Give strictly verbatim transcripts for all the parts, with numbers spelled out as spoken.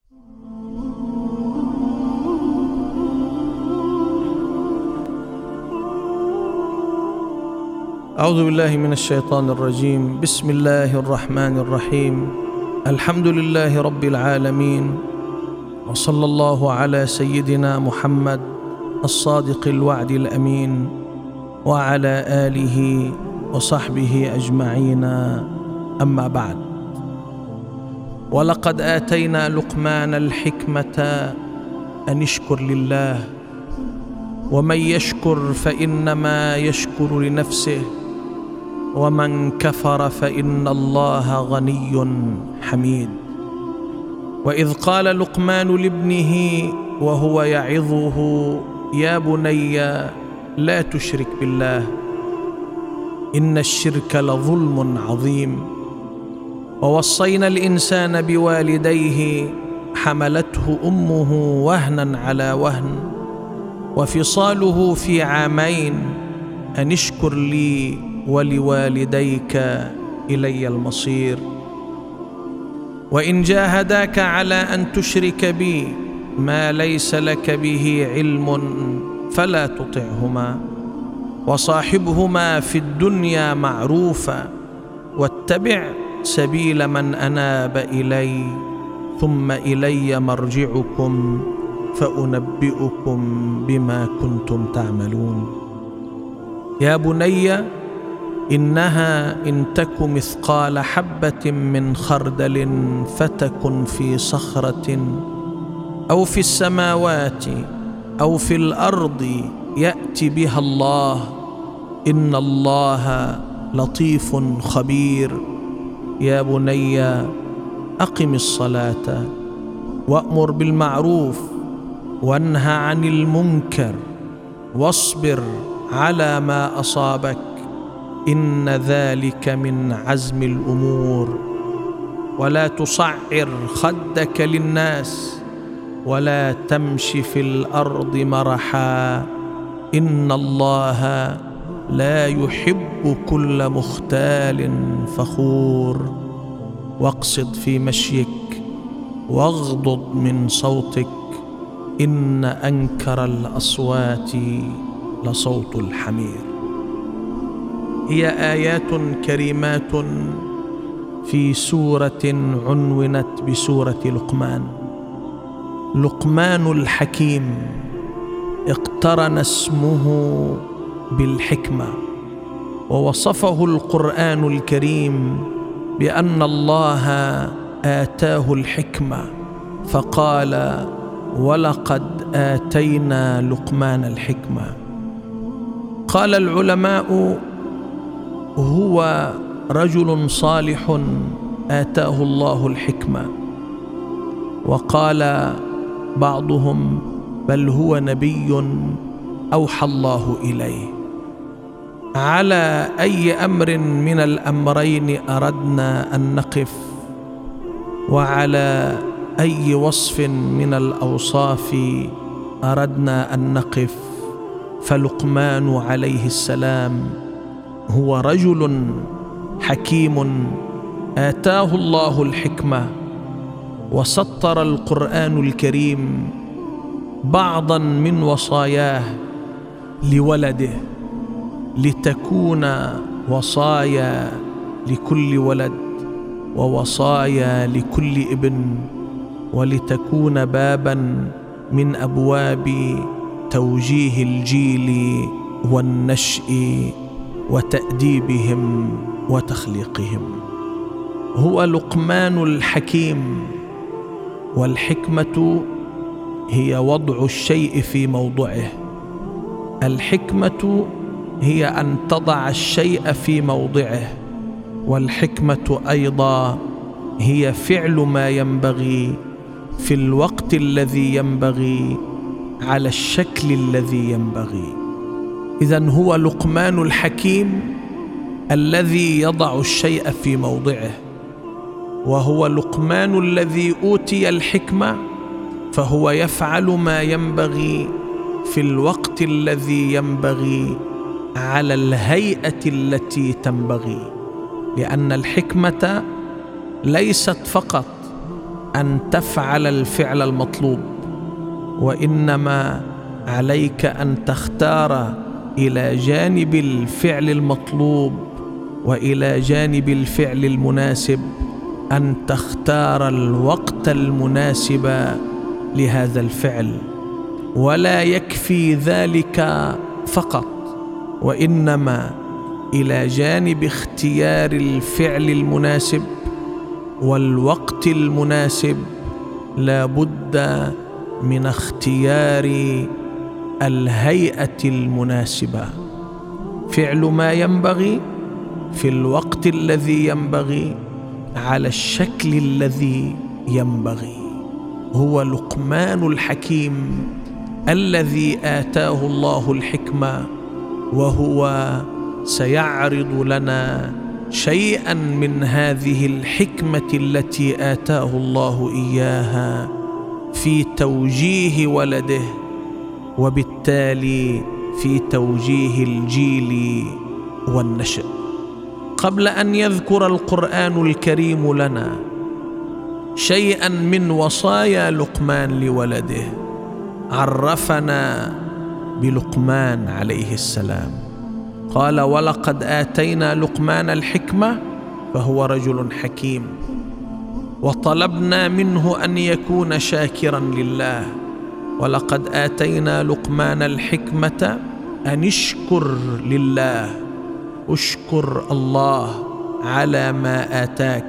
أعوذ بالله من الشيطان الرجيم. بسم الله الرحمن الرحيم. الحمد لله رب العالمين، وصلى الله على سيدنا محمد الصادق الوعد الأمين وعلى آله وصحبه أجمعين، أما بعد. ولقد آتينا لقمان الحكمة أن اشكر لله، ومن يشكر فإنما يشكر لنفسه، ومن كفر فإن الله غني حميد. وإذ قال لقمان لابنه وهو يعظه: يا بني لا تشرك بالله إن الشرك لظلم عظيم. ووصينا الإنسان بوالديه حملته أمه وهنا على وهن وفصاله في عامين أن اشكر لي ولوالديك إلي المصير. وإن جاهداك على أن تشرك بي ما ليس لك به علم فلا تطعهما، وصاحبهما في الدنيا معروفا، واتبع سبيل من أناب إلي، ثم إلي مرجعكم فأنبئكم بما كنتم تعملون. يا بني إنها إن تك مثقال حبة من خردل فتكن في صخرة أو في السماوات أو في الأرض يأت بها الله، إن الله لطيف خبير. يا بني أقم الصلاة وأمر بالمعروف وانهى عن المنكر واصبر على ما أصابك، إن ذلك من عزم الأمور. ولا تصعر خدك للناس ولا تمش في الأرض مرحا، إن الله لا يحب كل مختال فخور. واقصد في مشيك واغضض من صوتك، إن أنكر الأصوات لصوت الحمير. هي آيات كريمات في سورة عنونت بسورة لقمان. لقمان الحكيم اقترن اسمه بالحكمة، ووصفه القرآن الكريم بأن الله آتاه الحكمة، فقال: ولقد آتينا لقمان الحكمة. قال العلماء: هو رجل صالح آتاه الله الحكمة. وقال بعضهم: بل هو نبي أوحى الله إليه. على أي أمر من الأمرين أردنا أن نقف، وعلى أي وصف من الأوصاف أردنا أن نقف، فلقمان عليه السلام هو رجل حكيم آتاه الله الحكمة. وسطر القرآن الكريم بعضا من وصاياه لولده لتكون وصايا لكل ولد ووصايا لكل ابن، ولتكون بابا من أبواب توجيه الجيل والنشء وتأديبهم وتخليقهم. هو لقمان الحكيم. والحكمة هي وضع الشيء في موضعه. الحكمة هي أن تضع الشيء في موضعه، والحكمة أيضا هي فعل ما ينبغي في الوقت الذي ينبغي على الشكل الذي ينبغي. إذن هو لقمان الحكيم الذي يضع الشيء في موضعه، وهو لقمان الذي أوتي الحكمة، فهو يفعل ما ينبغي في الوقت الذي ينبغي على الهيئة التي تنبغي. لأن الحكمة ليست فقط أن تفعل الفعل المطلوب، وإنما عليك أن تختار إلى جانب الفعل المطلوب وإلى جانب الفعل المناسب أن تختار الوقت المناسب لهذا الفعل. ولا يكفي ذلك فقط، وإنما إلى جانب اختيار الفعل المناسب والوقت المناسب لا بد من اختيار الهيئة المناسبة، فعل ما ينبغي في الوقت الذي ينبغي على الشكل الذي ينبغي. هو لقمان الحكيم الذي آتاه الله الحكمة، وهو سيعرض لنا شيئا من هذه الحكمة التي آتاه الله إياها في توجيه ولده، وبالتالي في توجيه الجيل والنشء. قبل أن يذكر القرآن الكريم لنا شيئا من وصايا لقمان لولده، عرفنا بلقمان عليه السلام. قال: ولقد آتينا لقمان الحكمة فهو رجل حكيم، وطلبنا منه أن يكون شاكرا لله. ولقد آتينا لقمان الحكمة أن اشكر لله، اشكر الله على ما آتاك،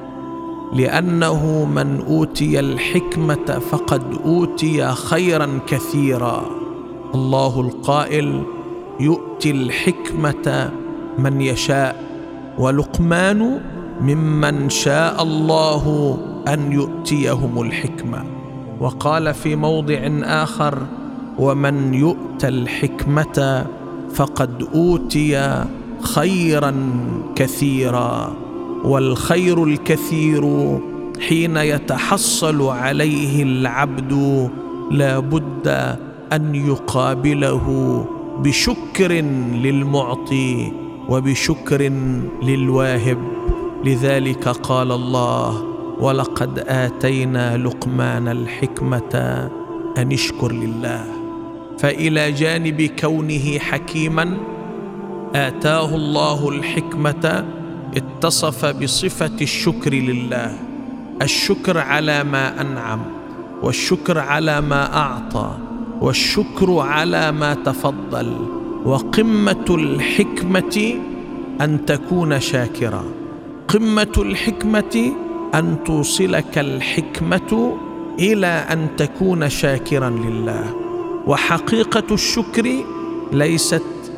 لأنه من أوتي الحكمة فقد أوتي خيرا كثيرا. الله القائل: يؤتي الحكمة من يشاء، ولقمان ممن شاء الله أن يؤتيهم الحكمة. وقال في موضع آخر: ومن يؤت الحكمة فقد أوتي خيرا كثيرا. والخير الكثير حين يتحصل عليه العبد لا بد أن يقابله بشكر للمعطي وبشكر للواهب. لذلك قال الله: ولقد آتينا لقمان الحكمة أن اشكر لله. فإلى جانب كونه حكيما آتاه الله الحكمة، اتصف بصفة الشكر لله، الشكر على ما أنعم، والشكر على ما أعطى، والشكر على ما تفضل. وقمة الحكمة أن تكون شاكرا، قمة الحكمة أن توصلك الحكمة إلى أن تكون شاكرا لله. وحقيقة الشكر ليست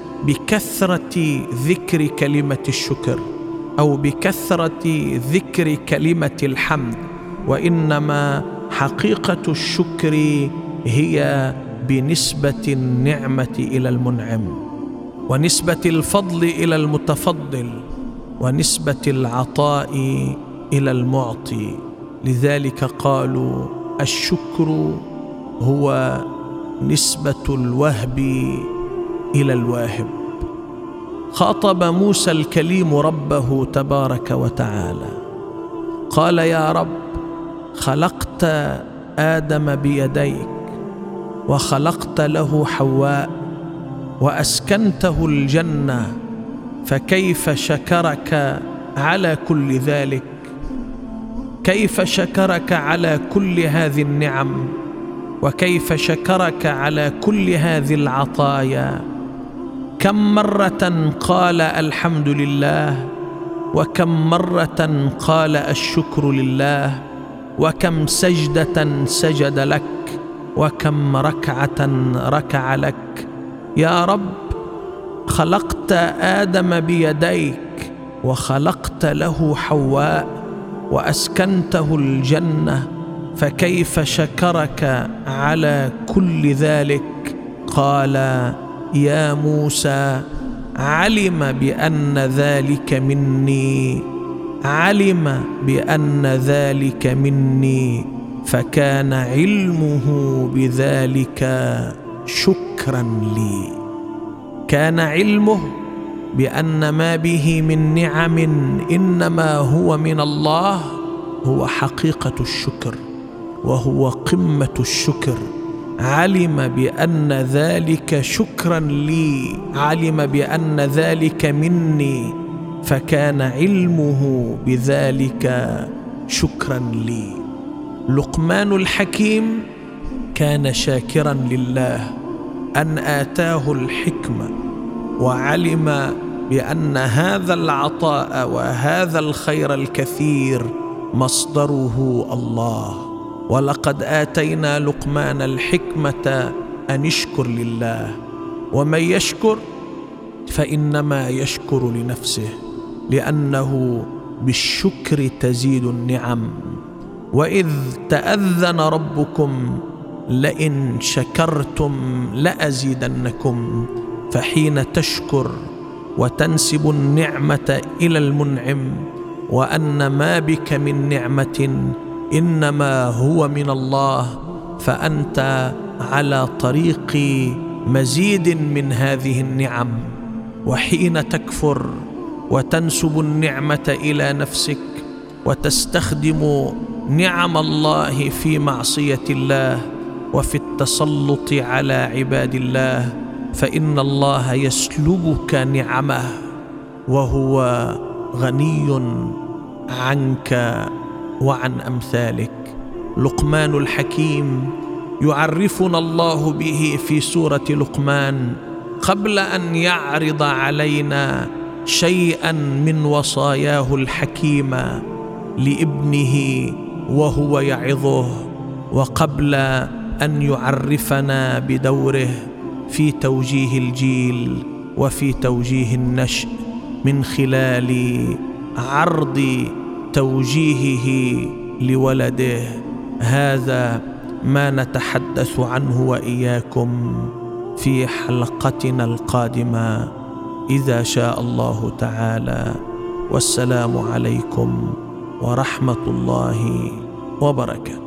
بكثرة ذكر كلمة الشكر أو بكثرة ذكر كلمة الحمد، وإنما حقيقة الشكر هي بنسبة النعمة إلى المنعم، ونسبة الفضل إلى المتفضل، ونسبة العطاء إلى المعطي. لذلك قالوا: الشكر هو نسبة الوهب إلى الواهب. خاطب موسى الكليم ربه تبارك وتعالى، قال: يا رب، خلقت آدم بيديك، وخلقت له حواء، وأسكنته الجنة، فكيف شكرك على كل ذلك؟ كيف شكرك على كل هذه النعم؟ وكيف شكرك على كل هذه العطايا؟ كم مرة قال الحمد لله، وكم مرة قال الشكر لله، وكم سجدة سجد لك، وكم ركعة ركع لك. يا رب، خلقت آدم بيديك، وخلقت له حواء، وأسكنته الجنة، فكيف شكرك على كل ذلك؟ قال: يا موسى، علم بأن ذلك مني، علم بأن ذلك مني، فكان علمه بذلك شكرا لي. كان علمه بأن ما به من نعم إنما هو من الله، هو حقيقة الشكر وهو قمة الشكر. علم بأن ذلك شكرا لي، علم بأن ذلك مني، فكان علمه بذلك شكرا لي. لقمان الحكيم كان شاكرا لله أن آتاه الحكمة، وعلم بأن هذا العطاء وهذا الخير الكثير مصدره الله. ولقد آتينا لقمان الحكمة أن يشكر لله، ومن يشكر فإنما يشكر لنفسه، لأنه بالشكر تزيد النعم. وإذ تأذن ربكم لئن شكرتم لأزيدنكم، فحين تشكر وتنسب النعمة إلى المنعم، وأن ما بك من نعمة إنما هو من الله، فأنت على طريق مزيد من هذه النعم. وحين تكفر وتنسب النعمة إلى نفسك وتستخدم نعم الله في معصية الله وفي التسلط على عباد الله، فإن الله يسلبك نعمه وهو غني عنك وعن أمثالك. لقمان الحكيم يعرفنا الله به في سورة لقمان قبل أن يعرض علينا شيئا من وصاياه الحكيمة لابنه وهو يعظه، وقبل أن يعرفنا بدوره في توجيه الجيل وفي توجيه النشء من خلال عرض توجيهه لولده. هذا ما نتحدث عنه وإياكم في حلقتنا القادمة إذا شاء الله تعالى. والسلام عليكم ورحمة الله وبركاته.